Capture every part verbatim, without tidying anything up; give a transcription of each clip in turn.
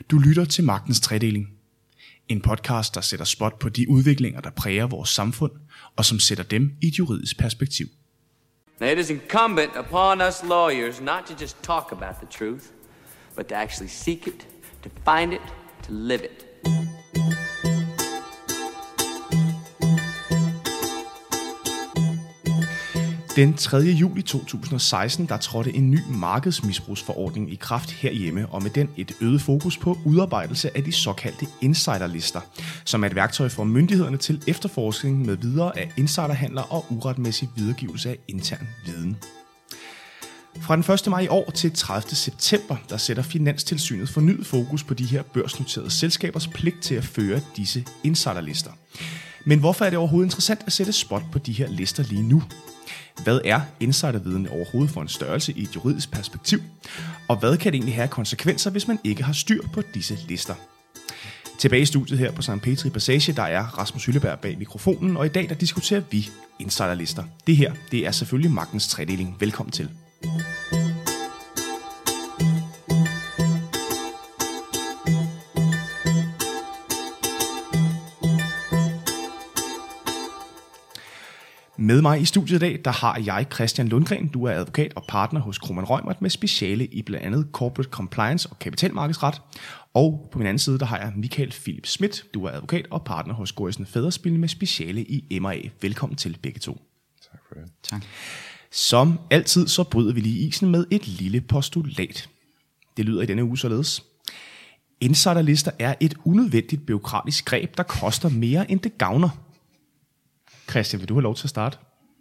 Du lytter til Magtens Tredeling. En podcast, der sætter spot på de udviklinger, der præger vores samfund, og som sætter dem i et juridisk perspektiv. Now, it is incumbent upon us lawyers not to just talk about the truth, but to actually seek it, to find it, to live it. Den tredje juli to tusind og seksten, der trådte en ny markedsmisbrugsforordning i kraft herhjemme, og med den et øget fokus på udarbejdelse af de såkaldte insiderlister, som er et værktøj for myndighederne til efterforskning med videre af insiderhandler og uretmæssig videregivelse af intern viden. Fra den første maj i år til tredivte september, der sætter Finanstilsynet fornyet fokus på de her børsnoterede selskabers pligt til at føre disse insiderlister. Men hvorfor er det overhovedet interessant at sætte spot på de her lister lige nu? Hvad er insiderviden overhovedet for en størrelse i et juridisk perspektiv? Og hvad kan det egentlig have konsekvenser, hvis man ikke har styr på disse lister? Tilbage i studiet her på Sankt Petri Passage, der er Rasmus Hylleberg bag mikrofonen, og i dag der diskuterer vi insiderlister. Det her, det er selvfølgelig Magtens Tredeling. Velkommen til. Med mig i studiet i dag, der har jeg Christian Lundgren. Du er advokat og partner hos Kromann Reumert med speciale i blandt andet corporate compliance og kapitalmarkedsret. Og på min anden side, der har jeg Michael Philip Schmidt. Du er advokat og partner hos Gorrissen Fæderspil med speciale i M og A. Velkommen til begge to. Tak for det. Tak. Som altid, så bryder vi lige isen med et lille postulat. Det lyder i denne uge således. Insiderlister er et unødvendigt bureaukratisk greb, der koster mere end det gavner. Christian, vil du have lov til at starte?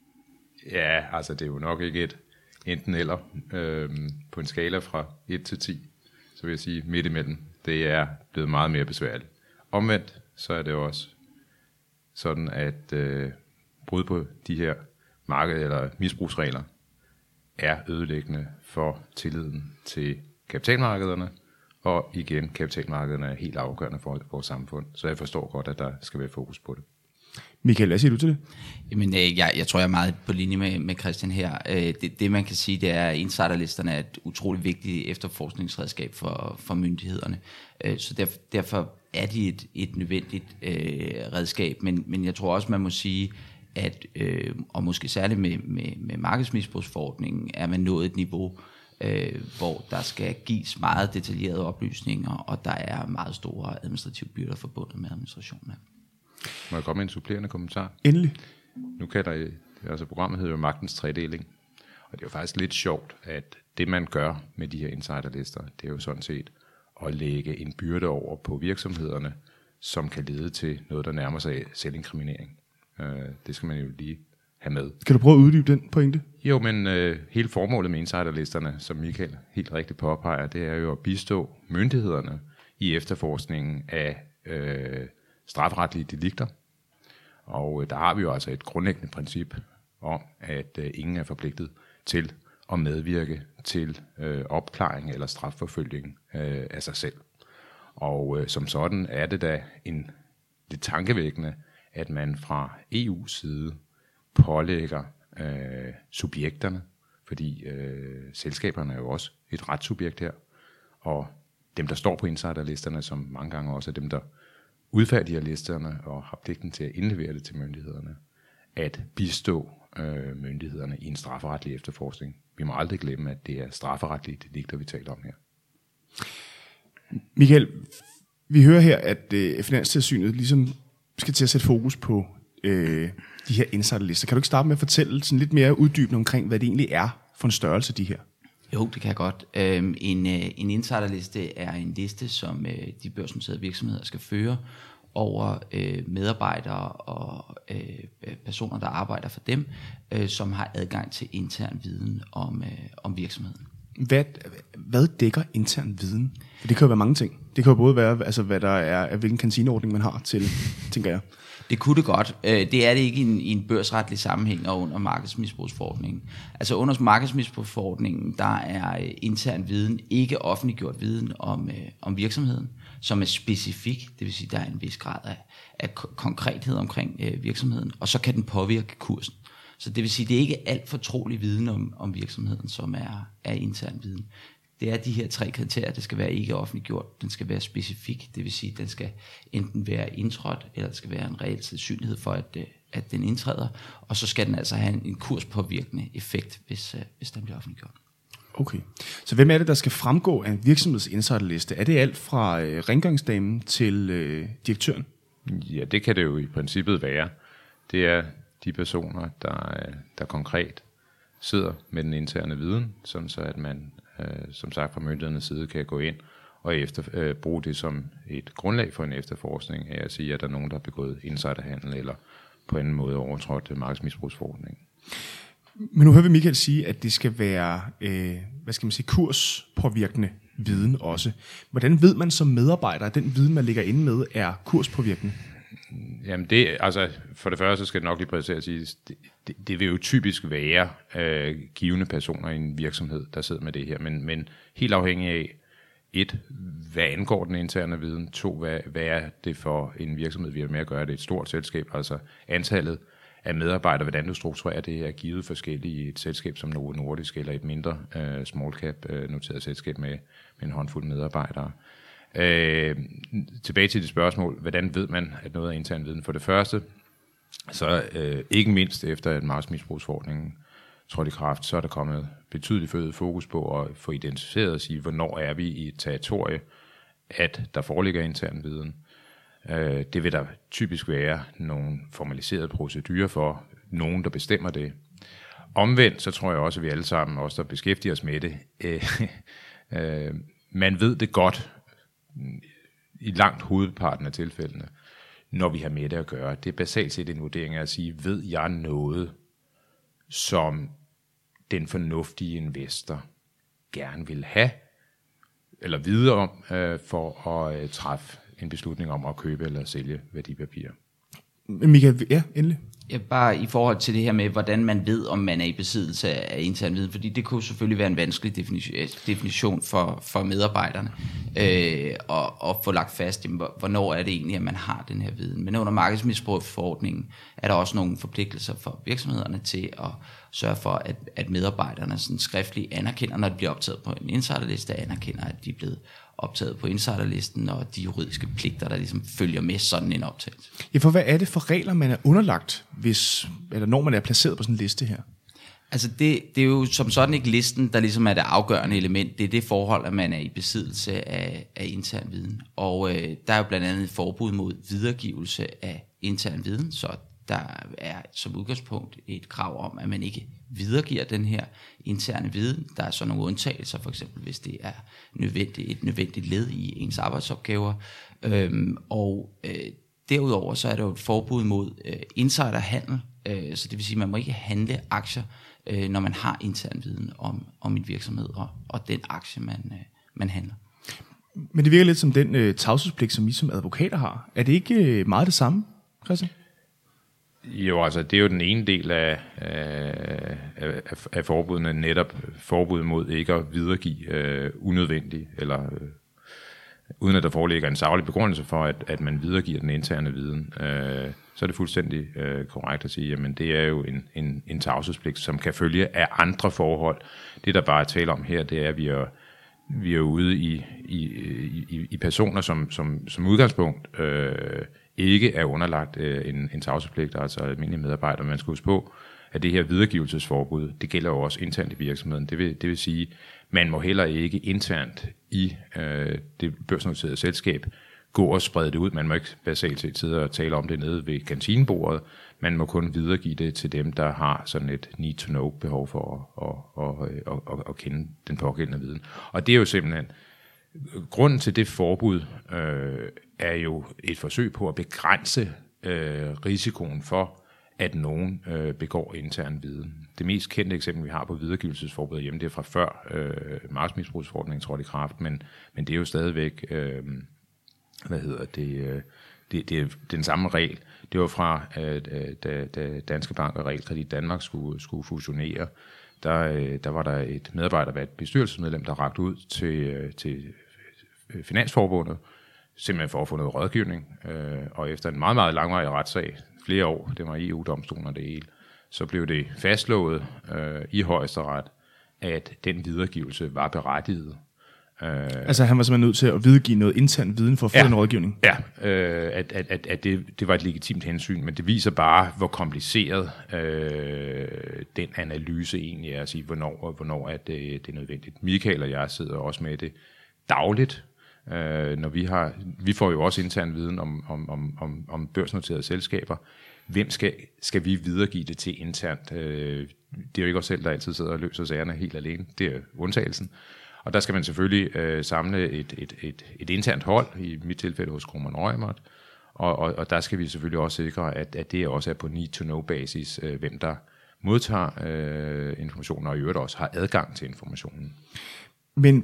Ja, altså det er jo nok ikke et enten eller. Øhm, på en skala fra et til ti, så vil jeg sige midt imellem. Det er blevet meget mere besværligt. Omvendt, så er det også sådan, at øh, brud på de her marked- eller misbrugsregler er ødelæggende for tilliden til kapitalmarkederne, og igen, kapitalmarkederne er helt afgørende for vores samfund. Så jeg forstår godt, at der skal være fokus på det. Michael, hvad siger du til det? Jamen, jeg, jeg tror, jeg er meget på linje med, med Christian her. Det, det, man kan sige, det er, at insiderlisterne er et utroligt vigtigt efterforskningsredskab for, for myndighederne. Så derfor, derfor er de et, et nødvendigt øh, redskab. Men, men jeg tror også, man må sige, at, øh, og måske særligt med, med, med markedsmisbrugsforordningen, er man nået et niveau, øh, hvor der skal gives meget detaljerede oplysninger, og der er meget store administrative byrder forbundet med administrationen. Må jeg komme med en supplerende kommentar? Endelig. Nu kalder jeg, altså programmet hedder jo Magtens Tredeling, og det er jo faktisk lidt sjovt, at det man gør med de her insiderlister, det er jo sådan set at lægge en byrde over på virksomhederne, som kan lede til noget, der nærmer sig selvinkriminering. Uh, det skal man jo lige have med. Kan du prøve at uddybe den pointe? Jo, men uh, hele formålet med insiderlisterne, som Michael helt rigtigt påpeger, det er jo at bistå myndighederne i efterforskningen af uh, strafferetlige delikter. Og der har vi jo altså et grundlæggende princip om, at øh, ingen er forpligtet til at medvirke til øh, opklaring eller strafforfølgning øh, af sig selv. Og øh, som sådan er det da en lidt tankevækkende, at man fra E U's side pålægger øh, subjekterne, fordi øh, selskaberne er jo også et retssubjekt her, og dem, der står på insiderlisterne, som mange gange også er dem, der udfærdiger listerne og har pligten til at indlevere det til myndighederne, at bistå øh, myndighederne i en strafferetlig efterforskning. Vi må aldrig glemme, at det er strafferetlige delikter, vi taler om her. Michael, vi hører her, at øh, Finanstilsynet ligesom skal til at sætte fokus på øh, de her insiderlister. Kan du ikke starte med at fortælle sådan lidt mere uddybende omkring, hvad det egentlig er for en størrelse, de her? Jo, det kan jeg godt. Øhm, en, øh, en insiderliste er en liste, som øh, de børsnoterede virksomheder skal føre over øh, medarbejdere og øh, personer, der arbejder for dem, øh, som har adgang til intern viden om, øh, om virksomheden. Hvad, hvad dækker intern viden? For det kan jo være mange ting. Det kan jo både være, altså, hvad der er, hvilken kantineordning man har til, tænker jeg. Det kunne det godt. Det er det ikke i en, i en børsretlig sammenhæng og under markedsmisbrugsforordningen. Altså under markedsmisbrugsforordningen, der er intern viden, ikke offentliggjort viden om, øh, om virksomheden, som er specifik, det vil sige, der er en vis grad af, af konkrethed omkring øh, virksomheden, og så kan den påvirke kursen. Så det vil sige, det er ikke alt fortrolig viden om, om virksomheden, som er, er intern viden. det er de her tre kriterier. Det skal være ikke offentliggjort, den skal være specifik, det vil sige, at den skal enten være indtrådt, eller der skal være en reel sandsynlighed for, at, at den indtræder, og så skal den altså have en, en kurspåvirkende effekt, hvis, hvis den bliver offentliggjort. Okay, så hvem er det, der skal fremgå af en virksomheds insiderliste? Er det alt fra øh, rengøringsdamen til øh, direktøren? Ja, det kan det jo i princippet være. Det er de personer, der, der konkret sidder med den interne viden, sådan så at man, øh, som sagt fra myndighedernes side, kan gå ind og efter, øh, bruge det som et grundlag for en efterforskning af at sige, at der er nogen, der har begået insiderhandel eller på anden måde overtrådt markedsmisbrugsforordningen. Men nu hører vi Michael sige, at det skal være, øh, hvad skal man sige, kurspåvirkende viden også. Hvordan ved man som medarbejder, at den viden, man ligger inde med, er kurspåvirkende? Jamen det, altså for det første skal det nok lige præcisere at sige, det, det, det vil jo typisk være øh, givende personer i en virksomhed, der sidder med det her, men, men helt afhængig af, et, hvad angår den interne viden, to, hvad, hvad er det for en virksomhed, vi har med at gøre, det er et stort selskab, altså antallet af medarbejdere, hvordan du strukturerer det, er givet forskelligt i et selskab som Novo Nordisk, eller et mindre uh, small cap uh, noteret selskab med, med en håndfuld medarbejdere. Uh, tilbage til det spørgsmål, hvordan ved man, at noget er intern viden? For det første, så uh, ikke mindst efter at markedsmisbrugsforordningen trådte i kraft, så er der kommet betydeligt forøget fokus på at få identificeret og sige, hvornår er vi i et territorie, at der foreligger intern viden. Det vil der typisk være nogle formaliserede procedurer for, nogen der bestemmer det. Omvendt, så tror jeg også, at vi alle sammen, også der beskæftiger os med det, øh, man ved det godt i langt hovedparten af tilfældene, når vi har med det at gøre. Det er basalt set en vurdering af at sige, ved jeg noget, som den fornuftige investor gerne vil have, eller vide om, øh, for at øh, træffe en beslutning om at købe eller sælge værdipapirer. Michael, ja, endelig. Ja, bare i forhold til det her med, hvordan man ved, om man er i besiddelse af intern viden, fordi det kunne selvfølgelig være en vanskelig definition for, for medarbejderne, øh, og, og få lagt fast, jamen, hvornår er det egentlig, at man har den her viden. Men under markedsmisbrugsforordningen er der også nogle forpligtelser for virksomhederne til at sørge for, at, at medarbejderne sådan skriftligt anerkender, når de bliver optaget på en insiderliste, anerkender, at de er blevet optaget på insiderlisten, og de juridiske pligter, der ligesom følger med sådan en optagelse. Ja, for hvad er det for regler, man er underlagt, hvis, eller når man er placeret på sådan en liste her? Altså det, det er jo som sådan ikke listen, der ligesom er det afgørende element. Det er det forhold, at man er i besiddelse af, af intern viden. Og øh, der er jo blandt andet et forbud mod videregivelse af intern viden, så der er som udgangspunkt et krav om, at man ikke videregiver den her interne viden. Der er så nogle undtagelser, for eksempel hvis det er nødvendigt, et nødvendigt led i ens arbejdsopgaver. Øhm, og øh, derudover så er der jo et forbud mod øh, insiderhandel, øh, så det vil sige, at man må ikke handle aktier, øh, når man har intern viden om, om en virksomhed og, og den aktie, man, øh, man handler. Men det virker lidt som den øh, tavshedspligt, som I som advokater har. Er det ikke øh, meget det samme, Christian? Jo, altså det er jo den ene del af, af, af, af forbudene, netop forbud mod ikke at videregive øh, unødvendigt, eller øh, uden at der foreligger en saglig begrundelse for, at, at man videregiver den interne viden. Øh, så er det fuldstændig øh, korrekt at sige, jamen det er jo en, en, en tavshedspligt, som kan følge af andre forhold. Det der bare er tale om her, det er, at vi er, vi er ude i, i, i, i personer, som, som, som udgangspunkt øh, ikke er underlagt øh, en, en tavshedspligt, altså almindelige medarbejdere. Man skal huske på, at det her videregivelsesforbud, det gælder jo også internt i virksomheden. Det vil, det vil sige, man må heller ikke internt i øh, det børsnoterede selskab gå og sprede det ud. Man må ikke basalt set sidde og tale om det nede ved kantinebordet. Man må kun videregive det til dem, der har sådan et need-to-know-behov for at, at, at, at, at, at kende den pågældende viden. Og det er jo simpelthen, grunden til det forbud øh, er jo et forsøg på at begrænse øh, risikoen for, at nogen øh, begår intern viden. Det mest kendte eksempel, vi har på videregivelsesforbud hjemme, det er fra før øh, markedsmisbrugsforordningen trådte i kraft, men, men det er jo stadigvæk, øh, hvad hedder det, øh, det, det er den samme regel. Det var fra, øh, da, da Danske Bank og Realkredit Danmark skulle, skulle fusionere, der, øh, der var der et medarbejder, et bestyrelsesmedlem, der rakte ud til, øh, til Finansforbundet, simpelthen for at få noget rådgivning, øh, og efter en meget, meget langvarig retssag, flere år, det var i E U-domstolen og det hele, så blev det fastslået øh, i Højesteret, at den videregivelse var berettiget. Øh, altså han var simpelthen nødt til at videregive noget intern viden for at få ja, en rådgivning? Ja, øh, at, at, at, at det, det var et legitimt hensyn, men det viser bare, hvor kompliceret øh, den analyse egentlig er, at sige, hvornår og hvornår er det, det er nødvendigt. Michael og jeg sidder også med det dagligt, øh, når vi har, vi får jo også intern viden om, om, om, om, om børsnoterede selskaber. Hvem skal, skal vi videregive det til internt? Øh, det er jo ikke os selv, der altid sidder og løser sagerne helt alene. Det er undtagelsen. Og der skal man selvfølgelig øh, samle et, et, et, et internt hold, i mit tilfælde hos Kromann Reumert, og, og, og der skal vi selvfølgelig også sikre, at, at det også er på need-to-know-basis, øh, hvem der modtager øh, informationen, og i øvrigt også har adgang til informationen. Men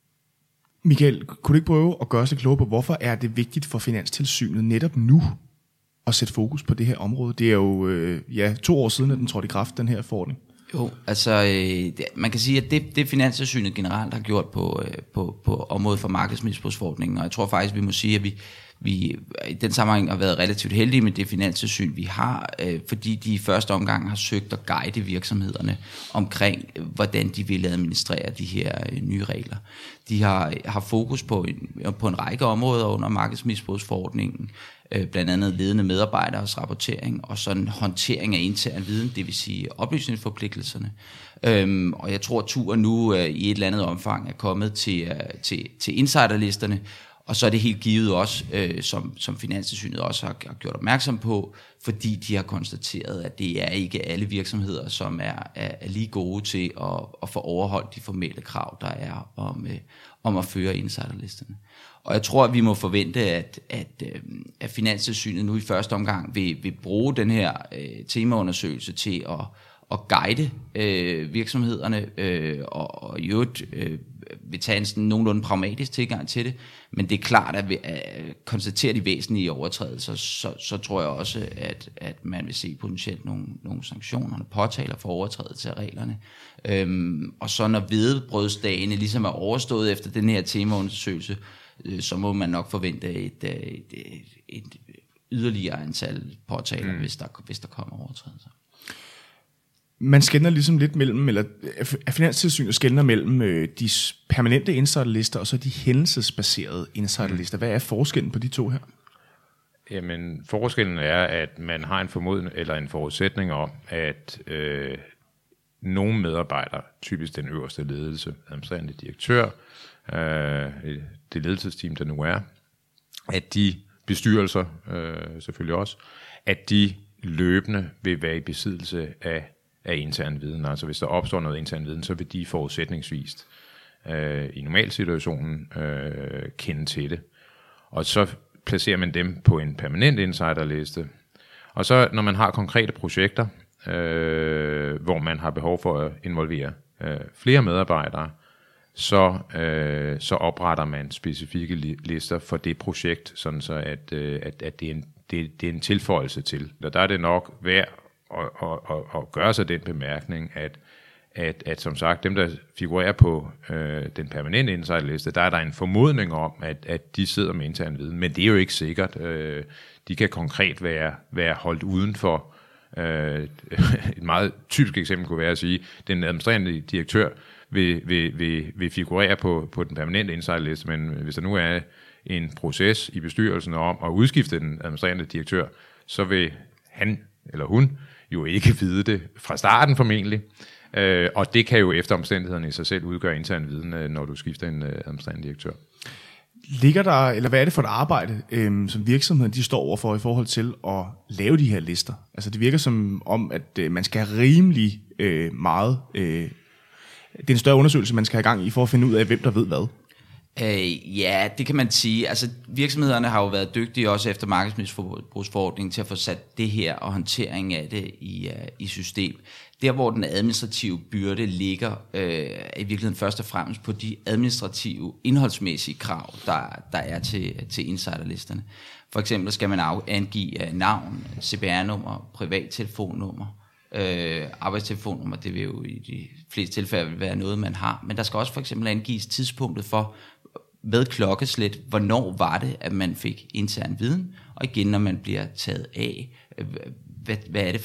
Michael, kunne du ikke prøve at gøre os lidt klogere på, hvorfor er det vigtigt for Finanstilsynet netop nu at sætte fokus på det her område? Det er jo øh, ja, to år siden, at den trådte i kraft, den her forordning. Jo, altså øh, det, man kan sige, at det, det Finanstilsynet generelt har gjort på, øh, på, på området for markedsmisbrugsforordningen, og jeg tror faktisk, vi må sige, at vi, vi i den sammenhæng har været relativt heldige med det Finanstilsyn, vi har, øh, fordi de i første omgang har søgt at guide virksomhederne omkring, hvordan de vil administrere de her øh, nye regler. De har, har fokus på en, på en række områder under markedsmisbrugsforordningen, blandt andet ledende medarbejderes rapportering og sådan håndtering af intern viden, det vil sige oplysningsforpligtelserne. Øhm, og jeg tror, at turen nu øh, i et eller andet omfang er kommet til, øh, til, til insiderlisterne, og så er det helt givet også, øh, som, som Finanstilsynet også har, har gjort opmærksom på, fordi de har konstateret, at det er ikke alle virksomheder, som er, er, er lige gode til at, at få overholdt de formelle krav, der er om, øh, om at føre insiderlisterne. Og jeg tror, at vi må forvente, at, at, at Finanstilsynet nu i første omgang vil, vil bruge den her øh, temaundersøgelse til at, at guide øh, virksomhederne, øh, og, og i øvrigt øh, vil tage en sådan nogenlunde pragmatisk tilgang til det. Men det er klart, at vi at konstaterer de væsentlige overtrædelser, så, så tror jeg også, at, at man vil se potentielt nogle, nogle sanktioner, påtaler for overtrædelse af reglerne. Øhm, og så når hvedebrødsdagene ligesom er overstået efter den her temaundersøgelse, så må man nok forvente et, et, et, et yderligere antal påtaler, mm. hvis, der, hvis der kommer overtrædelser. Man skelner ligesom lidt mellem, eller Finanstilsynet skelner mellem øh, de permanente insiderlister og så de hændelsesbaserede insiderlister. Hvad er forskellen på de to her? Jamen, forskellen er, at man har en formodning eller en forudsætning om, at øh, nogle medarbejdere, typisk den øverste ledelse, administrerende direktør, øh, det ledelsesteam, der nu er, at de bestyrelser øh, selvfølgelig også, at de løbende vil være i besiddelse af, af intern viden. Altså hvis der opstår noget intern viden, så vil de forudsætningsvist øh, i normalsituationen øh, kende til det. Og så placerer man dem på en permanent insiderliste. Og så når man har konkrete projekter, øh, hvor man har behov for at involvere øh, flere medarbejdere, så, øh, så opretter man specifikke lister for det projekt, sådan så at, øh, at, at det, er en, det, det er en tilføjelse til. Og der er det nok værd at, at, at, at gøre sig den bemærkning, at, at, at som sagt, dem der figurerer på øh, den permanente insiderliste, der er der en formodning om, at, at de sidder med intern viden, men det er jo ikke sikkert. Øh, de kan konkret være, være holdt uden for. Øh, et meget typisk eksempel kunne være at sige, at den administrerende direktør vil, vil, vil, vil figurere på, på den permanente insiderliste, men hvis der nu er en proces i bestyrelsen om at udskifte den administrerende direktør, så vil han eller hun jo ikke vide det fra starten formentlig, øh, og det kan jo efter omstændighederne i sig selv udgøre intern viden, når du skifter en administrerende direktør. Ligger der, eller hvad er det for et arbejde, øhm, som virksomheden de står overfor i forhold til at lave de her lister? Altså det virker som om, at øh, man skal have rimelig øh, meget. Øh, det er en større undersøgelse, man skal have i gang i, for at finde ud af, hvem der ved hvad. Øh, ja, det kan man sige. Altså virksomhederne har jo været dygtige også efter markedsmisbrugsforordningen til at få sat det her og håndtering af det i, uh, i system. Der hvor den administrative byrde ligger, øh, er i virkeligheden først og fremmest på de administrative, indholdsmæssige krav, der, der er til, til insiderlisterne. For eksempel skal man angive navn, C P R-nummer, privattelefonnummer, øh, arbejdstelefonnummer. Det vil jo i de fleste tilfælde være noget, man har. Men der skal også for eksempel angives tidspunktet for, med klokkeslæt, hvornår var det, at man fik intern viden, og igen, når man bliver taget af, hvad, hvad er det for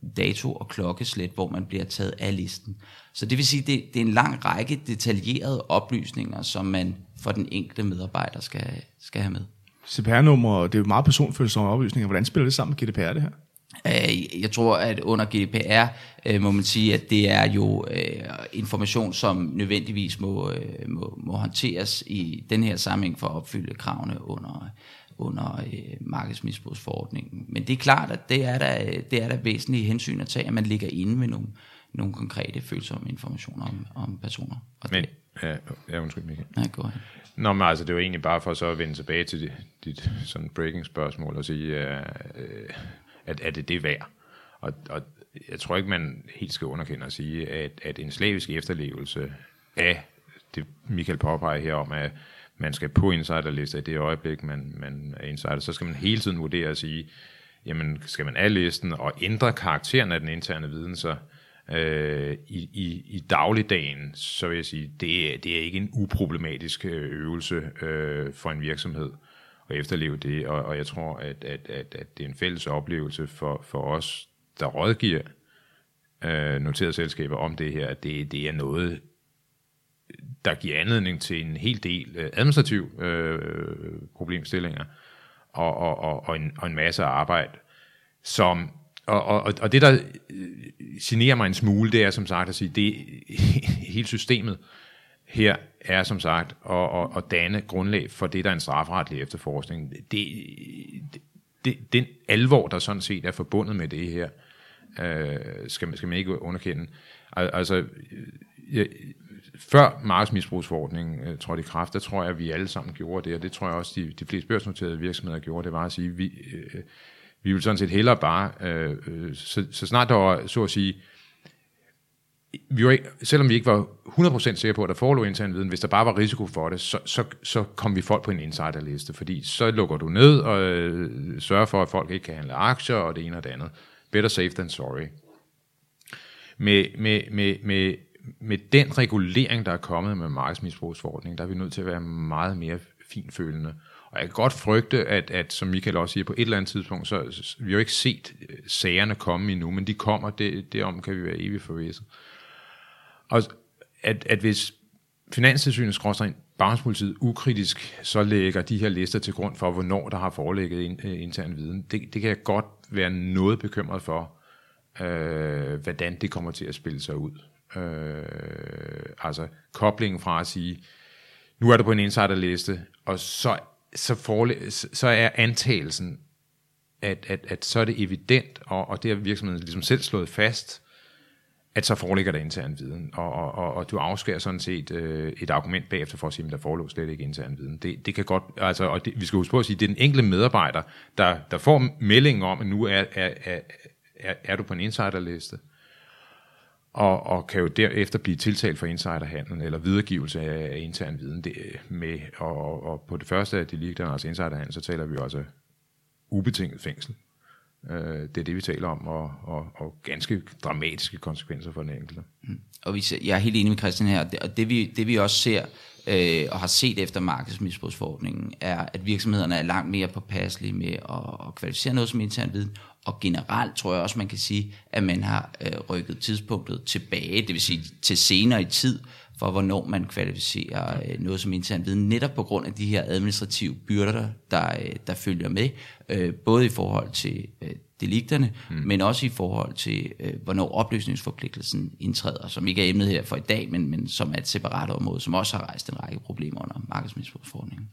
dato og klokkeslæt, hvor man bliver taget af listen. Så det vil sige, det, det er en lang række detaljerede oplysninger, som man for den enkelte medarbejder skal, skal have med. C P R-nummer, det er jo meget personfølsomme oplysninger. Hvordan spiller det sammen med G D P R, det her? Jeg tror, at under G D P R øh, må man sige, at det er jo øh, information, som nødvendigvis må, øh, må, må håndteres i den her sammenhæng for at opfylde kravene under, under øh, markedsmisbrugsforordningen. Men det er klart, at det er der, det er der væsentlige hensyn at tage, at man ligger inde med nogle, nogle konkrete følsomme informationer om, om personer. Og men, det, ja, ja, undskyld, Michael. Nej, gå ahead. Nå, men altså, det var egentlig bare for så at vende tilbage til dit, dit sådan breaking spørgsmål og sige, uh, at er det det værd? Og, og jeg tror ikke, man helt skal underkende at sige, at, at en slavisk efterlevelse af det, Michael påpeger her om, at man skal på insiderlister i det øjeblik, man, man er insider, så skal man hele tiden vurdere at sige, jamen, skal man af listen og ændre karakteren af den interne viden, så øh, i, i, i dagligdagen, så vil jeg sige, det er, det er ikke en uproblematisk øvelse øh, for en virksomhed at efterleve det, og, og jeg tror, at, at, at, at det er en fælles oplevelse for, for os, der rådgiver øh, noterede selskaber om det her, at det, det er noget, der giver anledning til en hel del øh, administrativ øh, problemstillinger og, og, og, og, en, og en masse arbejde, som og, og, og det, der generer mig en smule, det er som sagt at sige, det hele systemet her er som sagt at, at, at danne grundlag for det, der er en strafferetlig efterforskning. Det, det, den alvor, der sådan set er forbundet med det her, øh, skal, man, skal man ikke underkende. Altså, jeg, før markedsmisbrugsforordningen øh, trådte i kraft, der tror jeg, at vi alle sammen gjorde det, og det tror jeg også, de, de fleste børsnoterede virksomheder gjorde, det var at sige, vi, øh, vi vil sådan set hellere bare, øh, så, så snart der var, så at sige, vi var ikke, selvom vi ikke var hundrede procent sikre på, at der forelå intern viden, hvis der bare var risiko for det, så, så, så kom vi folk på en insiderliste, fordi så lukker du ned og øh, sørger for, at folk ikke kan handle aktier og det ene og det andet. Better safe than sorry. Med, med, med, med, med den regulering, der er kommet med markedsmisbrugsforordningen, der er vi nødt til at være meget mere finfølende. Og jeg kan godt frygte, at, at som Michael også siger, på et eller andet tidspunkt, så, så vi har jo ikke set sagerne komme endnu, men de kommer, det, det om kan vi være evigt forvisset. Og at, at hvis Finanstilsynet skråstreg Bankpolitiet ukritisk så lægger de her lister til grund for, hvornår der har foreligget in, intern viden, det, det kan jeg godt være noget bekymret for, øh, hvordan det kommer til at spille sig ud. Øh, altså koblingen fra at sige, nu er du på en insiderliste, og så, så, forlæ- så er antagelsen, at, at, at så er det evident, og, og det har virksomheden ligesom selv slået fast, at så foreligger der intern viden, og, og, og, og du afskærer sådan set øh, et argument bagefter for at sige, at der forelå slet ikke intern viden. Det, det kan godt, altså, og det, vi skal huske på at sige, at det er den enkelte medarbejder, der, der får meldingen om, at nu er, er, er, er, er du på en insiderliste, og, og kan jo derefter blive tiltalt for insiderhandel eller videregivelse af, af intern viden. Det, med, og, og på det første af delikter, altså insiderhandel, så taler vi også ubetinget fængsel. Det er det, vi taler om, og, og, og ganske dramatiske konsekvenser for den enkelte. Mm. Og vi ser, jeg er helt enig med Christian her, og det vi, det vi også ser øh, og har set efter markedsmisbrugsforordningen, er, at virksomhederne er langt mere påpasselige med at, at kvalificere noget som intern viden, og generelt tror jeg også, man kan sige, at man har øh, rykket tidspunktet tilbage, det vil sige til senere i tid, for hvornår man kvalificerer øh, noget som intern viden, netop på grund af de her administrative byrder, der, øh, der følger med, øh, både i forhold til øh, delikterne, mm. men også i forhold til, øh, hvornår oplysningsforpligtelsen indtræder, som ikke er emnet her for i dag, men, men som er et separat område, som også har rejst en række problemer under markedsmisbrugsforordningen.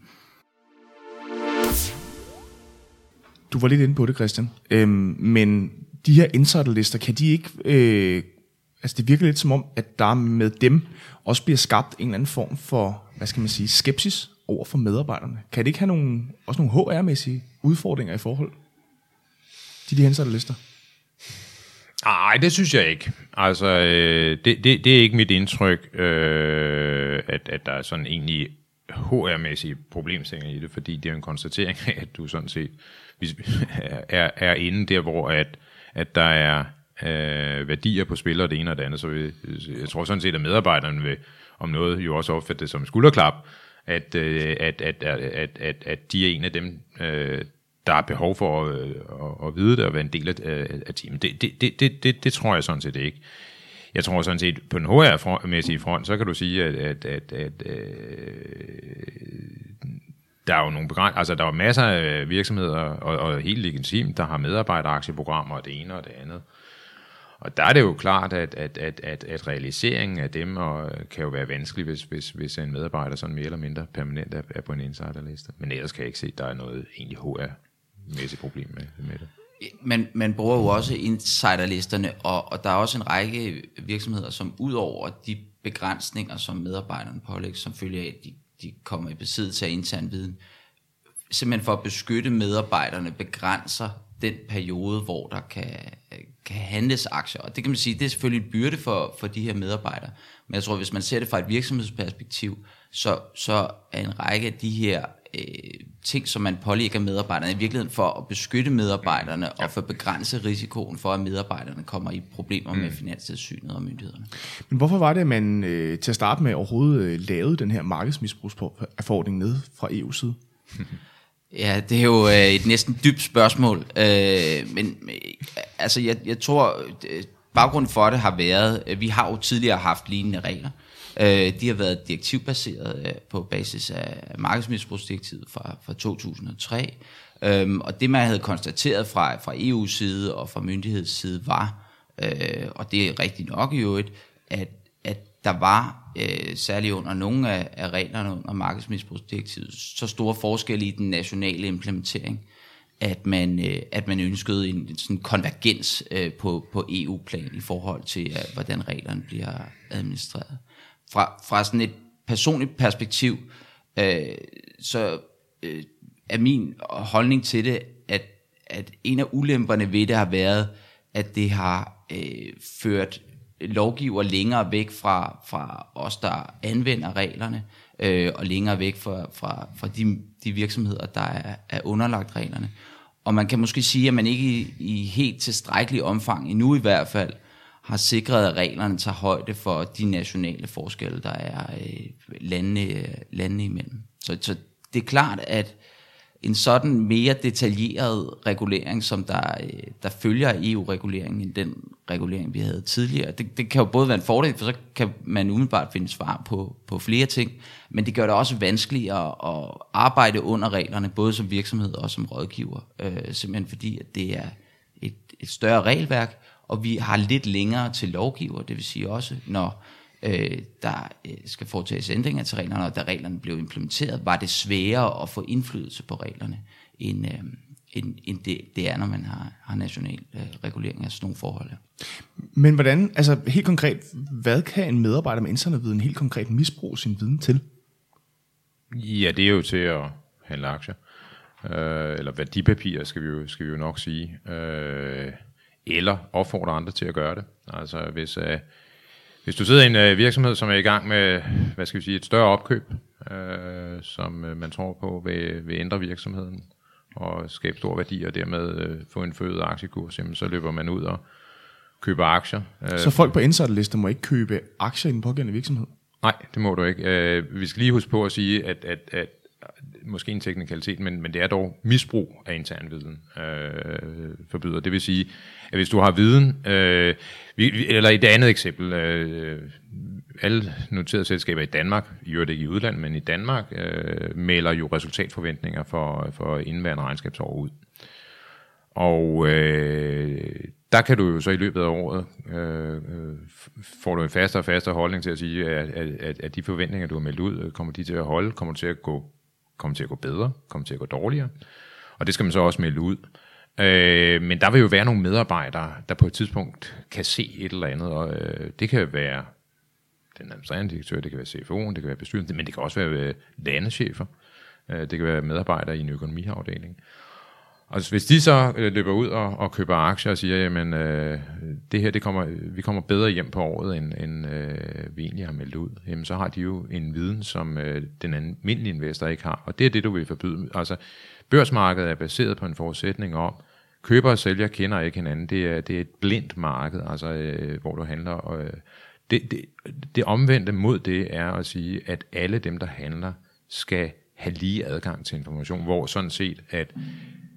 Du var lidt inde på det, Christian, øhm, men de her insiderlister, kan de ikke... Øh Altså det virker lidt som om, at der med dem også bliver skabt en eller anden form for, hvad skal man sige, skepsis over for medarbejderne. Kan det ikke have nogle, også nogle H R-mæssige udfordringer i forhold til de insiderlister? Nej, det synes jeg ikke. Altså, øh, det, det, det er ikke mit indtryk, øh, at, at der er sådan egentlig H R-mæssige problemstillinger i det, fordi det er en konstatering af, at du sådan set er, er inde der, hvor at, at der er Øh, værdier på spil og det ene og det andet, så vi, jeg tror sådan set, at medarbejderne vil om noget jo også opfatte det som skulderklap, at, øh, at, at, at, at, at de er en af dem, øh, der er behov for at, at, at vide det og være en del af, af teamet. Det, det, det, det, det, det tror jeg sådan set ikke. Jeg tror sådan set, på den H R-mæssige front, så kan du sige, at, at, at, at øh, der er jo nogle begræn- altså der er masser af virksomheder, og, og helt legitimt, der har medarbejderaktieprogrammer og det ene og det andet. Og der er det jo klart, at, at, at, at, at realiseringen af dem og, kan jo være vanskelig, hvis, hvis, hvis en medarbejder sådan mere eller mindre permanent er, er på en insiderliste. Men ellers kan jeg ikke se, at der er noget egentlig H R-mæssigt problem med, med det. Man, man bruger jo også insiderlisterne, og, og der er også en række virksomheder, som ud over de begrænsninger, som medarbejderne pålægger, som følger af, at de, de kommer i besiddelse af intern viden, simpelthen for at beskytte medarbejderne, begrænser den periode, hvor der kan, kan handles aktier. Og det kan man sige, det er selvfølgelig en byrde for, for de her medarbejdere. Men jeg tror, hvis man ser det fra et virksomhedsperspektiv, så, så er en række af de her øh, ting, som man pålægger medarbejderne, i virkeligheden for at beskytte medarbejderne ja. og for at begrænse risikoen for, at medarbejderne kommer i problemer mm. med Finanstilsynet og myndighederne. Men hvorfor var det, at man øh, til at starte med overhovedet øh, lavede den her markedsmisbrugsforordning ned fra E U's side? Ja, det er jo øh, et næsten dybt spørgsmål, øh, men øh, altså jeg, jeg tror, øh, baggrunden for det har været, øh, vi har jo tidligere haft lignende regler. Øh, de har været direktivbaseret øh, på basis af markedsmisbrugsdirektivet fra, fra to tusind og tre, øh, og det man havde konstateret fra, fra E U's side og fra myndigheds side var, øh, og det er rigtigt nok i øvrigt, at der var, øh, særligt under nogle af, af reglerne under markedsmisbrugsdirektivet, så store forskelle i den nationale implementering, at man, øh, at man ønskede en sådan konvergens øh, på, på E U-plan i forhold til, øh, hvordan reglerne bliver administreret. Fra, fra sådan et personligt perspektiv, øh, så øh, er min holdning til det, at, at en af ulemperne ved det har været, at det har øh, ført lovgiver længere væk fra, fra os, der anvender reglerne, øh, og længere væk fra, fra, fra de, de virksomheder, der er, er underlagt reglerne. Og man kan måske sige, at man ikke i, i helt tilstrækkelig omfang, endnu i hvert fald, har sikret, at reglerne tager højde for de nationale forskelle, der er øh, landene, landene imellem. Så, så det er klart, at en sådan mere detaljeret regulering, som der, der følger af E U-reguleringen, end den regulering, vi havde tidligere, det, det kan jo både være en fordel, for så kan man umiddelbart finde svar på, på flere ting, men det gør det også vanskeligere at arbejde under reglerne, både som virksomhed og som rådgiver, øh, simpelthen fordi, at det er et, et større regelværk, og vi har lidt længere til lovgiver, det vil sige også, når Øh, der øh, skal foretages ændringer til reglerne, og da reglerne blev implementeret, var det sværere at få indflydelse på reglerne, end, øh, end, end det, det er, når man har, har national øh, regulering af sådan nogle forhold. Men hvordan, altså helt konkret, hvad kan en medarbejder med insiderviden helt konkret misbruge sin viden til? Ja, det er jo til at handle aktier, øh, eller værdipapirer, skal vi jo, skal vi jo nok sige, øh, eller opfordre andre til at gøre det. Altså hvis... Øh, Hvis du sidder i en øh, virksomhed, som er i gang med, hvad skal vi sige, et større opkøb, øh, som øh, man tror på vil, vil ændre virksomheden og skabe stor værdi og dermed øh, få en forøget aktiekurs, jamen, så løber man ud og køber aktier. Øh, så folk på insiderlister må ikke købe aktier i den pågældende virksomhed? Nej, det må du ikke. Øh, vi skal lige huske på at sige, at, at, at måske en teknikalitet, men, men det er dog misbrug af intern viden øh, forbyder. Det vil sige, at hvis du har viden, øh, vi, eller i det andet eksempel, øh, alle noterede selskaber i Danmark, i øvrigt ikke i udlandet, men i Danmark, øh, melder jo resultatforventninger for, for indværende regnskabsår ud. Og øh, der kan du jo så i løbet af året, øh, får du en fastere og fastere holdning til at sige, at, at, at de forventninger, du har meldt ud, kommer de til at holde, kommer til at gå kommer til at gå bedre, kommer til at gå dårligere. Og det skal man så også melde ud. Øh, men der vil jo være nogle medarbejdere, der på et tidspunkt kan se et eller andet, og øh, det kan være den administrerende direktør, det kan være C F O'en, det kan være bestyrelsen, men det kan også være landechefer, øh, det kan være medarbejdere i en økonomiafdeling. Og hvis de så øh, løber ud og, og køber aktier og siger, jamen øh, det her, det kommer, vi kommer bedre hjem på året, end, end øh, vi egentlig har meldt ud, jamen så har de jo en viden, som øh, den almindelige investor ikke har. Og det er det, du vil forbyde. Altså børsmarkedet er baseret på en forudsætning om, køber og sælger kender ikke hinanden. Det er, det er et blindt marked, altså øh, hvor du handler. Og, øh, det, det, det omvendte mod det er at sige, at alle dem, der handler, skal have lige adgang til information, hvor sådan set, at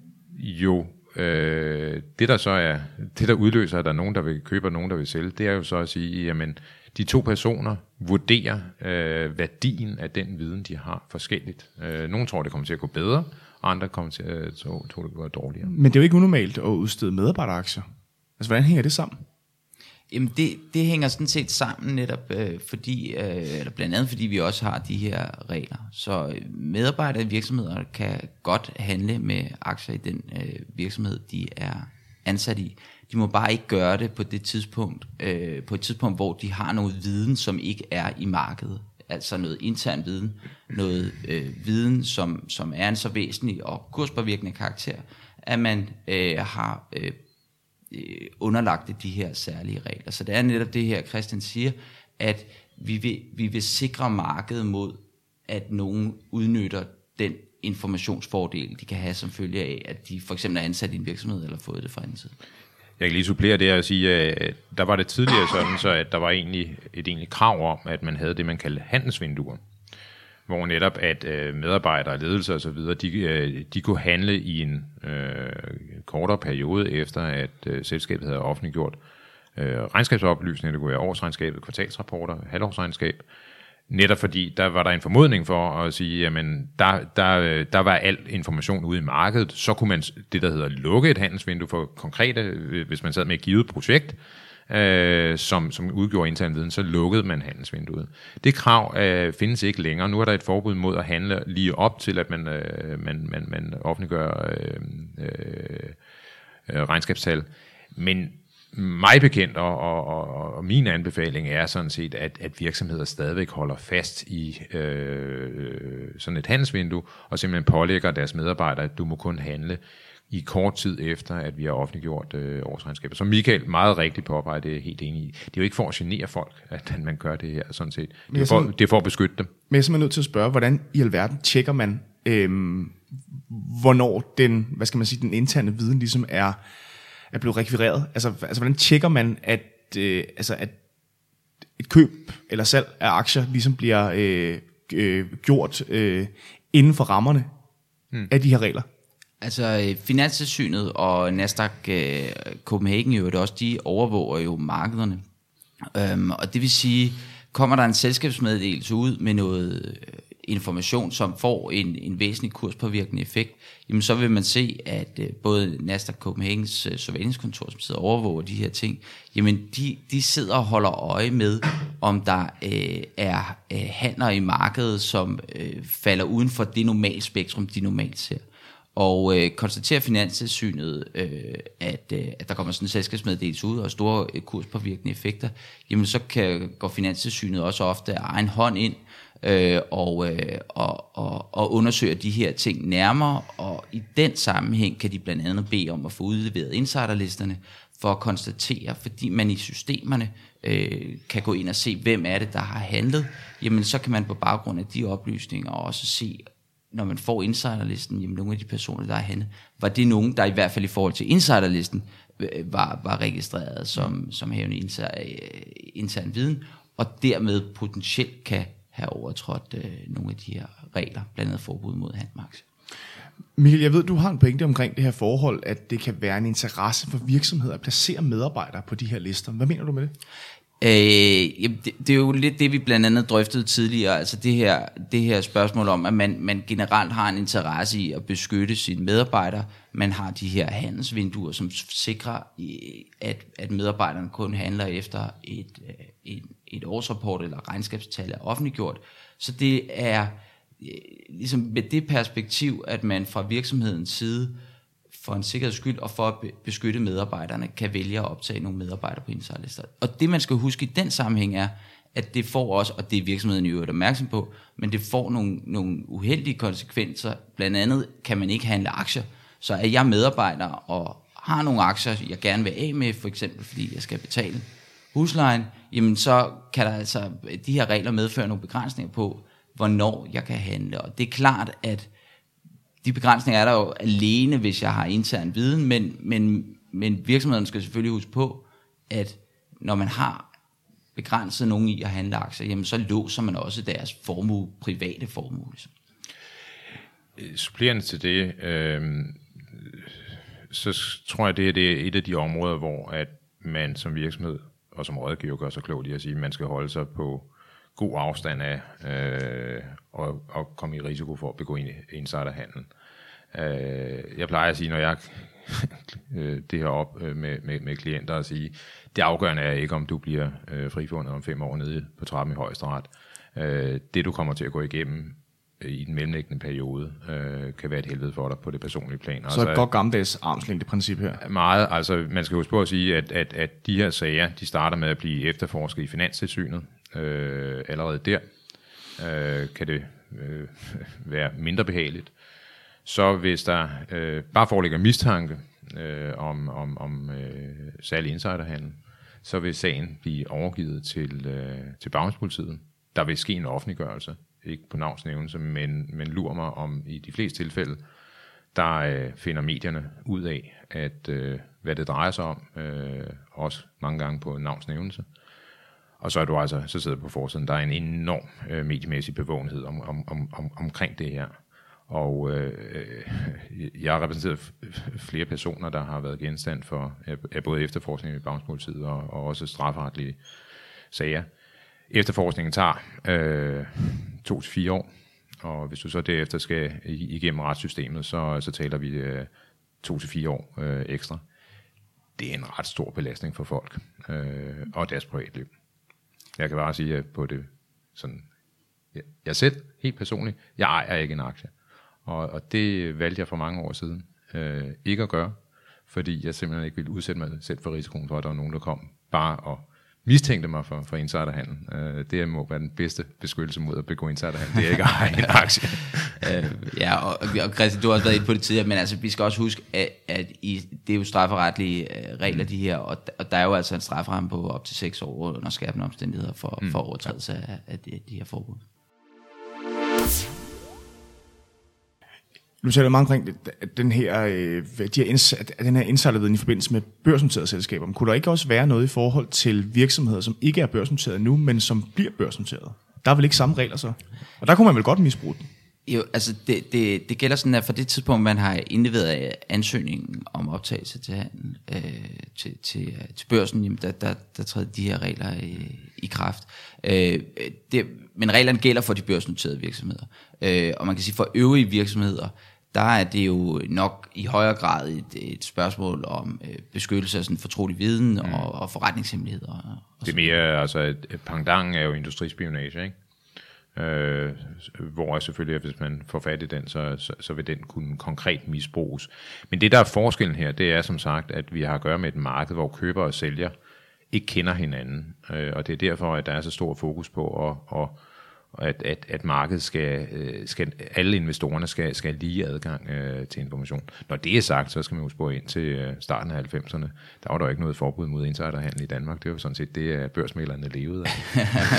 jo øh, det der så er, det der udløser, at der er nogen, der vil købe, og nogen, der vil sælge, det er jo så at sige, jamen, de to personer vurderer øh, værdien af den viden, de har forskelligt. Øh, nogle tror, det kommer til at gå bedre, og andre kommer til at tro, det går dårligere. Men det er jo ikke unormalt at udstede medarbejderaktier. Altså, hvordan hænger det sammen? Jamen det, det hænger sådan set sammen netop øh, fordi, øh, eller blandt andet fordi vi også har de her regler. Så medarbejdere i virksomheder kan godt handle med aktier i den øh, virksomhed, de er ansat i. De må bare ikke gøre det på det tidspunkt, øh, på et tidspunkt, hvor de har noget viden, som ikke er i markedet. Altså noget intern viden, noget øh, viden, som, som er en så væsentlig og kurspåvirkende karakter, at man øh, har øh, underlagt de her særlige regler. Så det er netop det her, Christian siger, at vi vil, vi vil sikre markedet mod, at nogen udnytter den informationsfordel, de kan have som følge af, at de for eksempel er ansat i en virksomhed, eller fået det fra anden side. Jeg kan lige supplere det og sige, at der var det tidligere sådan, så at der var egentlig et egentlig krav om, at man havde det, man kaldte handelsvinduer, hvor netop at medarbejdere, ledelse og så videre, de, de kunne handle i en øh, kortere periode efter, at øh, selskabet havde offentliggjort øh, regnskabsoplysninger, det kunne være årsregnskabet, kvartalsrapporter, halvårsregnskab, netop fordi der var der en formodning for at sige, jamen der, der, der var al information ude i markedet, så kunne man det, der hedder lukke et handelsvindue for konkrete, hvis man sad med et givet projekt, øh, som, som udgjorde intern viden, så lukkede man handelsvinduet. Det krav øh, findes ikke længere. Nu er der et forbud mod at handle lige op til, at man, øh, man, man, man offentliggør øh, øh, regnskabstal. Men mig bekendt, og, og, og, og min anbefaling er sådan set, at, at virksomheder stadigvæk holder fast i øh, sådan et handelsvindue, og simpelthen pålægger deres medarbejdere, at du må kun handle i kort tid efter, at vi har offentliggjort øh, årsregnskaber. Som Michael meget rigtigt påpeger, det er helt enig i. Det er jo ikke for at genere folk, at man gør det her, sådan set. Det er for, det er for at beskytte dem. Men jeg er simpelthen nødt til at spørge, hvordan i alverden tjekker man, øhm, hvornår den, hvad skal man sige, den interne viden ligesom er, er blevet rekvireret? Altså, altså hvordan tjekker man, at, øh, altså, at et køb eller salg af aktier ligesom bliver øh, øh, gjort øh, inden for rammerne hmm. af de her regler? Altså Finanstilsynet og Nasdaq uh, Copenhagen jo det også, de overvåger jo markederne. Um, og det vil sige, kommer der en selskabsmeddelelse ud med noget information, som får en, en væsentlig kurspåvirkende effekt, jamen så vil man se, at uh, både Nasdaq Copenhagens uh, surveillance-kontor, som sidder og overvåger de her ting, jamen de, de sidder og holder øje med, om der uh, er uh, handler i markedet, som uh, falder uden for det normale spektrum, de normalt ser. Og øh, konstaterer Finanstilsynet, øh, at, øh, at der kommer sådan en selskabsmeddelelse ud og store øh, kurspåvirkende effekter, jamen så kan, går Finanstilsynet også ofte af egen hånd ind øh, og, øh, og, og, og undersøger de her ting nærmere, og i den sammenhæng kan de blandt andet bede om at få udleveret insiderlisterne for at konstatere, fordi man i systemerne øh, kan gå ind og se, hvem er det, der har handlet, jamen så kan man på baggrund af de oplysninger også se, når man får insiderlisten, jamen nogle af de personer, der er henne, var det nogen, der i hvert fald i forhold til insiderlisten, var, var registreret som, som havende intern, intern viden, og dermed potentielt kan have overtrådt øh, nogle af de her regler, blandt andet forbud mod handel med aktier. Michael, jeg ved, du har en pointe omkring det her forhold, at det kan være en interesse for virksomheder at placere medarbejdere på de her lister. Hvad mener du med det? Øh, jamen det, det er jo lidt det, vi blandt andet drøftede tidligere, altså det her, det her spørgsmål om, at man, man generelt har en interesse i at beskytte sine medarbejdere. Man har de her handelsvinduer, som sikrer, at, at medarbejderne kun handler efter et, et, et årsrapport eller regnskabstal er offentliggjort. Så det er ligesom med det perspektiv, at man fra virksomhedens side for en sikkerheds skyld og for at beskytte medarbejderne, kan vælge at optage nogle medarbejdere på insiderlister. Og det man skal huske i den sammenhæng er, at det får også, og det er virksomheden jo opmærksom på, men det får nogle, nogle uheldige konsekvenser. Blandt andet kan man ikke handle aktier. Så er jeg medarbejder og har nogle aktier, jeg gerne vil af med, for eksempel fordi jeg skal betale huslejen, jamen så kan der altså de her regler medføre nogle begrænsninger på, hvornår jeg kan handle. Og det er klart, at de begrænsninger er der jo alene, hvis jeg har intern viden, men, men, men virksomheden skal selvfølgelig huske på, at når man har begrænset nogen i at handle aktier, jamen så låser man også deres formue, private formue. Supplerende til det, øh, så tror jeg, det er, det er et af de områder, hvor at man som virksomhed og som rådgiver gør så klogt i at sige, at man skal holde sig på god afstand af øh, og, og komme i risiko for at begå insiderhandel. Øh, jeg plejer at sige, når jeg det her op med, med, med klienter, at sige, det afgørende er ikke, om du bliver øh, frifundet om fem år nede på trappen i Højesteret. Øh, det, du kommer til at gå igennem i den mellemliggende periode, øh, kan være et helvede for dig på det personlige plan. Så altså, et godt gammeldags armslængdeprincip her. Meget, altså man skal huske på at sige, at, at, at de her sager, de starter med at blive efterforsket i Finanstilsynet. Øh, allerede der øh, kan det øh, være mindre behageligt. Så hvis der øh, bare foreligger mistanke øh, om, om, om øh, særlig insiderhandel, så vil sagen blive overgivet til, øh, til Bagmandspolitiet. Der vil ske en offentliggørelse, ikke på navnsnævnelse, men, men lurer mig om i de fleste tilfælde, der øh, finder medierne ud af, at øh, hvad det drejer sig om, øh, også mange gange på navnsnævnelse. Og så er du altså, så sidder du på forsiden, der er en enorm øh, mediemæssig bevågenhed om, om, om, om, omkring det her. Og øh, jeg har repræsenteret flere personer, der har været genstand for af både efterforskning i Bagmandspolitiet og, og også strafferetlige sager. Efterforskningen tager øh, to til fire år, og hvis du så derefter skal igennem retssystemet, så, så taler vi øh, to til fire år øh, ekstra. Det er en ret stor belastning for folk øh, og deres privatliv. Jeg kan bare sige, at på det sådan, jeg selv, helt personligt, jeg ejer ikke en aktie. Og, og det valgte jeg for mange år siden øh, ikke at gøre, fordi jeg simpelthen ikke ville udsætte mig selv for risikoen for, at der var nogen, der kom bare og mistænkte mig for, for insiderhandel. Øh, det må være den bedste beskyttelse mod at begå insiderhandel. Det er ikke at have en aktie. øh, ja, og, og Christian, du har også været inde på det tidligere, men altså, vi skal også huske, at, at i, det er jo strafferetlige øh, regler, de her, og, og der er jo altså en strafferamme på op til seks år under skærpende omstændigheder for, mm. for overtrædelse af, af de, de her forbud. Nu taler meget omkring den her, øh, de her indsat, den her insiderviden i forbindelse med børsnoterede selskaber. Men kunne der ikke også være noget i forhold til virksomheder, som ikke er børsnoteret nu, men som bliver børsnoteret? Der er vel ikke samme regler så? Og der kunne man vel godt misbruge den? Jo, altså det, det, det gælder sådan, at fra det tidspunkt, man har indleveret ansøgningen om optagelse til handel øh, til, til, til børsen, jamen der, der, der træder de her regler i, i kraft. Øh, det, men reglerne gælder for de børsnoterede virksomheder. Øh, og man kan sige, for øvrige virksomheder, der er det jo nok i højere grad et, et spørgsmål om øh, beskyttelse af sådan fortrolig viden mm. og, og forretningshemmeligheder. Og, og det er mere, altså et, et pendant er jo industrispionage, ikke? Øh, hvor selvfølgelig, hvis man får fat i den, så, så, så vil den kunne konkret misbruges. Men det, der er forskellen her, det er som sagt, at vi har at gøre med et marked, hvor køber og sælger ikke kender hinanden. Øh, og det er derfor, at der er så stor fokus på at, at at, at, at markedet skal, skal, alle investorerne skal, skal have lige adgang øh, til information. Når det er sagt, så skal man jo spørge ind til øh, starten af halvfemserne. Der var der jo ikke noget forbud mod insiderhandel i Danmark. Det var jo sådan set det, at børsmæglerne levede af.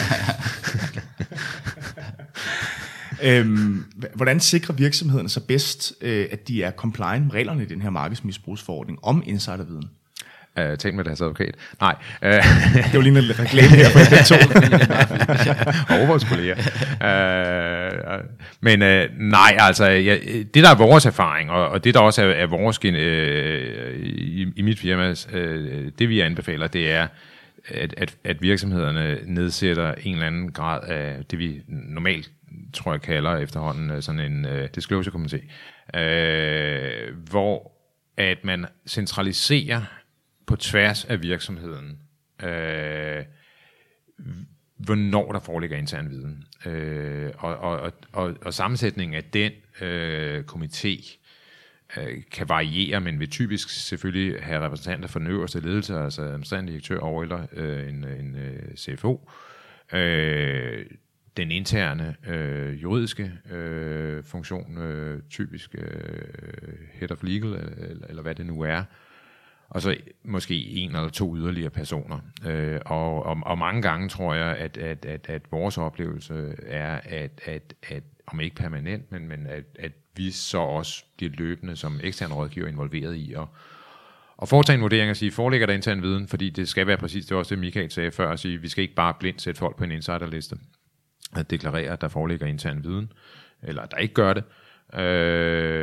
øhm, hvordan sikrer virksomhederne sig bedst, øh, at de er compliant med reglerne i den her markedsmisbrugsforordning om insiderviden? Uh, tænk med deres advokat. Nej. Uh, det var lige en reklame her for den to. Og vores kolleger. Uh, men uh, nej, altså, ja, det der er vores erfaring, og, og det der også er, er vores, uh, i, i mit firma, uh, det vi anbefaler, det er, at, at, at virksomhederne nedsætter en eller anden grad af det, vi normalt, tror jeg, kalder efterhånden sådan en uh, disclosure committee, uh, hvor at man centraliserer på tværs af virksomheden, øh, hvornår der foreligger intern viden. Øh, og, og, og, og sammensætningen af den øh, komité øh, kan variere, men vil typisk selvfølgelig have repræsentanter for den øverste ledelse, altså administrerende direktør over eller øh, en, en uh, C F O. Øh, den interne øh, juridiske øh, funktion, øh, typisk øh, head of legal, eller, eller hvad det nu er, og så måske en eller to yderligere personer. Øh, og, og, og mange gange tror jeg, at, at, at, at vores oplevelse er, at, at, at om ikke permanent, men, men at, at vi så også bliver løbende som eksterne rådgiver involveret i at og foretage en vurdering og sige, foreligger der intern viden, fordi det skal være præcis, det var også det Michael sagde før, at sige, vi skal ikke bare blindt sætte folk på en insiderliste, at deklarere, at der foreligger intern viden, eller at der ikke gør det, øh,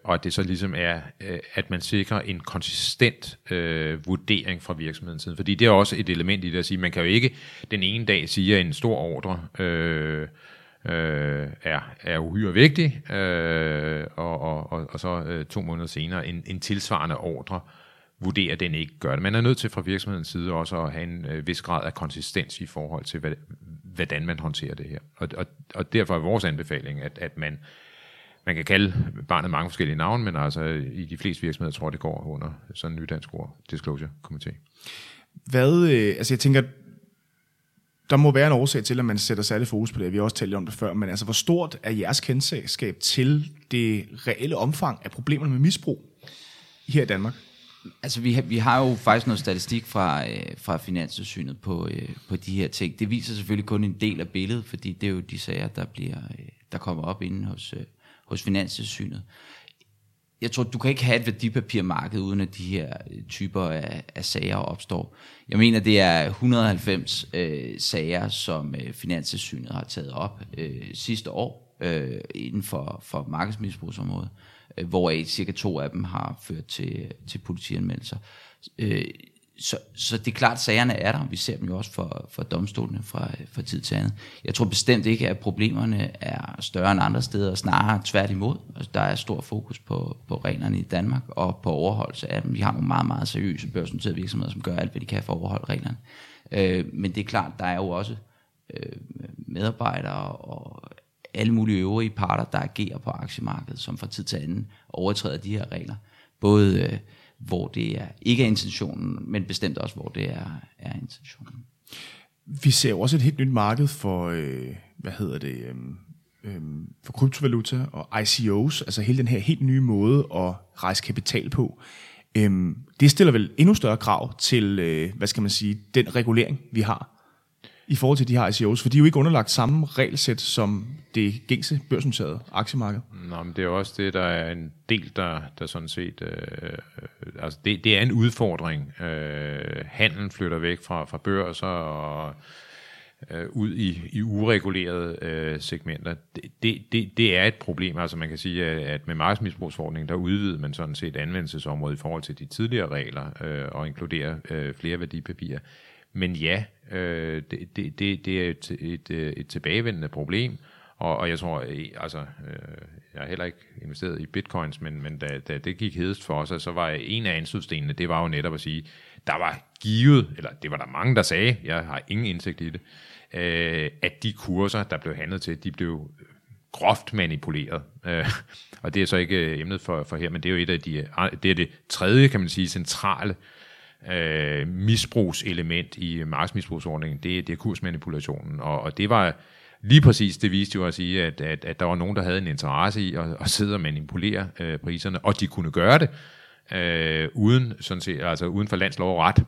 og at det så ligesom er, øh, at man sikrer en konsistent øh, vurdering fra virksomhedens side. Fordi det er også et element i det at sige, man kan jo ikke den ene dag sige, at en stor ordre øh, øh, er, er uhyre vigtig, øh, og, og, og, og så øh, to måneder senere en, en tilsvarende ordre vurderer, at den ikke gør det. Man er nødt til fra virksomhedens side også at have en øh, vis grad af konsistens i forhold til, hvad, hvordan man håndterer det her. Og, og, og derfor er vores anbefaling, at, at man, man kan kalde barnet mange forskellige navne, men altså i de fleste virksomheder tror jeg, det går under sådan en nydansk ord, disclosure komité. Hvad, øh, altså jeg tænker, der må være en årsag til, at man sætter særlig fokus på det. Vi har også talt om det før, men altså hvor stort er jeres kendskab til det reelle omfang af problemerne med misbrug her i Danmark? Altså vi har, vi har jo faktisk noget statistik fra, øh, fra Finanstilsynet på, øh, på de her ting. Det viser selvfølgelig kun en del af billedet, fordi det er jo de sager, der, bliver, øh, der kommer op inde hos, øh, hos Finanstilsynet. Jeg tror, du kan ikke have et værdipapirmarked, uden at de her typer af, af sager opstår. Jeg mener, det er et hundrede og halvfems øh, sager, som øh, Finanstilsynet har taget op øh, sidste år øh, inden for, for markedsmisbrugsområdet, øh, hvoraf cirka to af dem har ført til, til politianmeldelser. Øh, så, så det er klart, at sagerne er der. Vi ser dem jo også for, for domstolene fra, fra tid til andet. Jeg tror bestemt ikke, at problemerne er større end andre steder, snarere tværtimod. Altså, der er stor fokus på, på reglerne i Danmark og på overholdelse af dem. Vi har nogle meget, meget seriøse børsnoterede virksomheder, som gør alt, hvad de kan for at overholde reglerne. Øh, men det er klart, der er jo også øh, medarbejdere og alle mulige øvrige parter, der agerer på aktiemarkedet, som fra tid til anden overtræder de her regler. Både øh, hvor det er, ikke er intentionen, men bestemt også, hvor det er, er intentionen. Vi ser jo også et helt nyt marked for, øh, hvad hedder det, øh, øh, for kryptovaluta og I C O's, altså hele den her helt nye måde at rejse kapital på. Øh, det stiller vel endnu større krav til, øh, hvad skal man sige, den regulering, vi har i forhold til de her I C O's, for de er jo ikke underlagt samme regelsæt som det gængse børsnoterede aktiemarked. Nå, men det er også det, der er en del, der, der sådan set, øh, altså det, det er en udfordring. Øh, handlen flytter væk fra, fra børser og øh, ud i, i uregulerede øh, segmenter. Det, det, det, det er et problem. Altså man kan sige, at med markedsmisbrugsforordningen, der udvider man sådan set anvendelsesområdet i forhold til de tidligere regler øh, og inkluderer øh, flere værdipapirer. Men ja, øh, det, det, det er et, et, et tilbagevendende problem, og, og jeg tror, altså, øh, jeg har heller ikke investeret i bitcoins, men, men da, da det gik hedest for os, så var en af anstødstenene, det var jo netop at sige, der var givet, eller det var der mange, der sagde, jeg har ingen indsigt i det, øh, at de kurser, der blev handlet til, de blev groft manipuleret. Øh, og det er så ikke emnet for, for her, men det er jo et af de, det er det tredje, kan man sige, centrale Øh, misbrugselement i markedsmisbrugsordningen, det, det er kursmanipulationen, og, og det var lige præcis, det viste jo at sige, at, at, at der var nogen, der havde en interesse i at, at sidde og manipulere øh, priserne, og de kunne gøre det øh, uden, sådan set, altså uden for landslov og ret.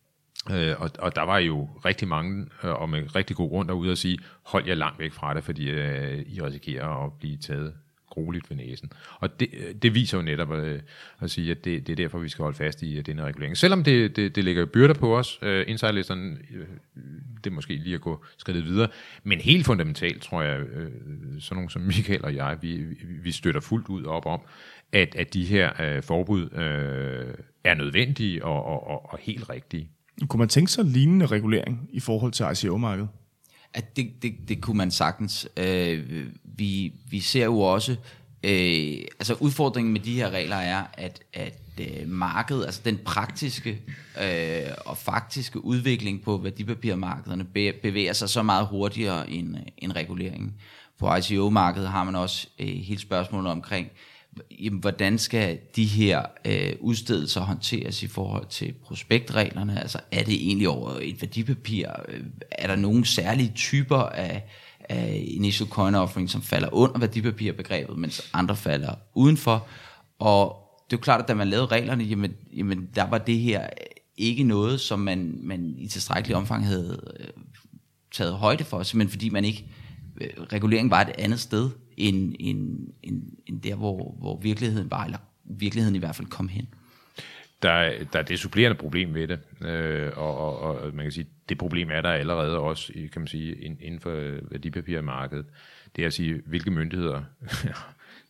Øh, og, og der var jo rigtig mange, øh, og med rigtig god grund derude at sige, hold jer langt væk fra det, fordi øh, I risikerer at blive taget grueligt ved næsen. Og det, det viser jo netop at, at sige, at det, det er derfor, vi skal holde fast i denne regulering. Selvom det, det, det lægger byrder på os, uh, insiderlisterne, uh, det er måske lige at gå skridtet videre, men helt fundamentalt tror jeg, uh, sådan nogen som Michael og jeg, vi, vi støtter fuldt ud op om, at, at de her uh, forbud uh, er nødvendige og, og, og, og helt rigtige. Kunne man tænke sig lignende regulering i forhold til I C O-markedet? At det, det, det kunne man sagtens. Øh, vi, vi ser jo også, øh, altså udfordringen med de her regler er, at, at øh, markedet, altså den praktiske øh, og faktiske udvikling på værdipapirmarkederne be, bevæger sig så meget hurtigere end, end reguleringen. På I C O-markedet har man også øh, hele spørgsmålet omkring, jamen, hvordan skal de her øh, udstedelser håndteres i forhold til prospektreglerne? Altså er det egentlig over et værdipapir? Er der nogle særlige typer af, af initial coin offering, som falder under værdipapirbegrebet, mens andre falder udenfor? Og det er jo klart, at da man lavede reglerne, jamen, jamen der var det her ikke noget, som man, man i tilstrækkelig omfang havde øh, taget højde for, simpelthen fordi man ikke øh, reguleringen var et andet sted end, end, end, end der, hvor, hvor virkeligheden var, eller virkeligheden i hvert fald kom hen. Der, der er det supplerende problem ved det, øh, og, og, og man kan sige, det problem er der allerede også, kan man sige, inden for værdipapirmarkedet. Det er at sige, hvilke myndigheder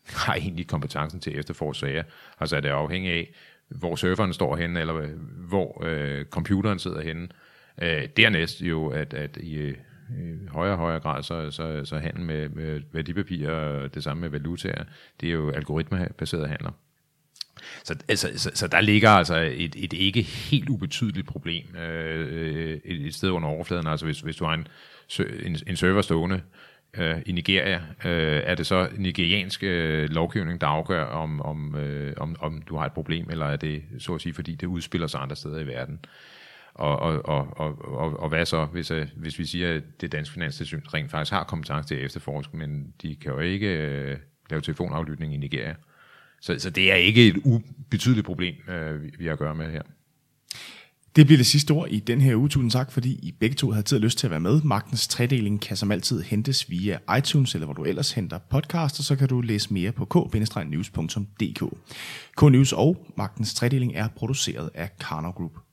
har egentlig kompetencen til at efterforske sager. Altså er det afhængigt af, hvor serveren står henne, eller hvor øh, computeren sidder henne. Øh, dernæst jo, at, at i øh, højere og højere grad, så, så, så handel med, med værdipapirer og det samme med valutaer, det er jo algoritmebaserede handler. Så, altså, så, så der ligger altså et, et ikke helt ubetydeligt problem øh, et, et sted under overfladen. Altså hvis, hvis du har en, en, en server stående øh, i Nigeria, øh, er det så nigeriansk øh, lovgivning, der afgør, om, om, øh, om, om du har et problem, eller er det så at sige, fordi det udspiller sig andre steder i verden. Og, og, og, og, og, og hvad så, hvis, hvis vi siger, at det danske finanstilsyn rent faktisk har kompetence til at efterforske, men de kan jo ikke øh, lave telefonaflytning i Nigeria. Så, så det er ikke et ubetydeligt problem, øh, vi, vi har at gøre med her. Det bliver det sidste ord i den her uge. Tusind tak, fordi I begge to havde tid og lyst til at være med. Magtens Tredeling kan som altid hentes via iTunes, eller hvor du ellers henter podcast, og så kan du læse mere på k bindestreg news punktum d k. K-News og Magtens Tredeling er produceret af Karnov Group.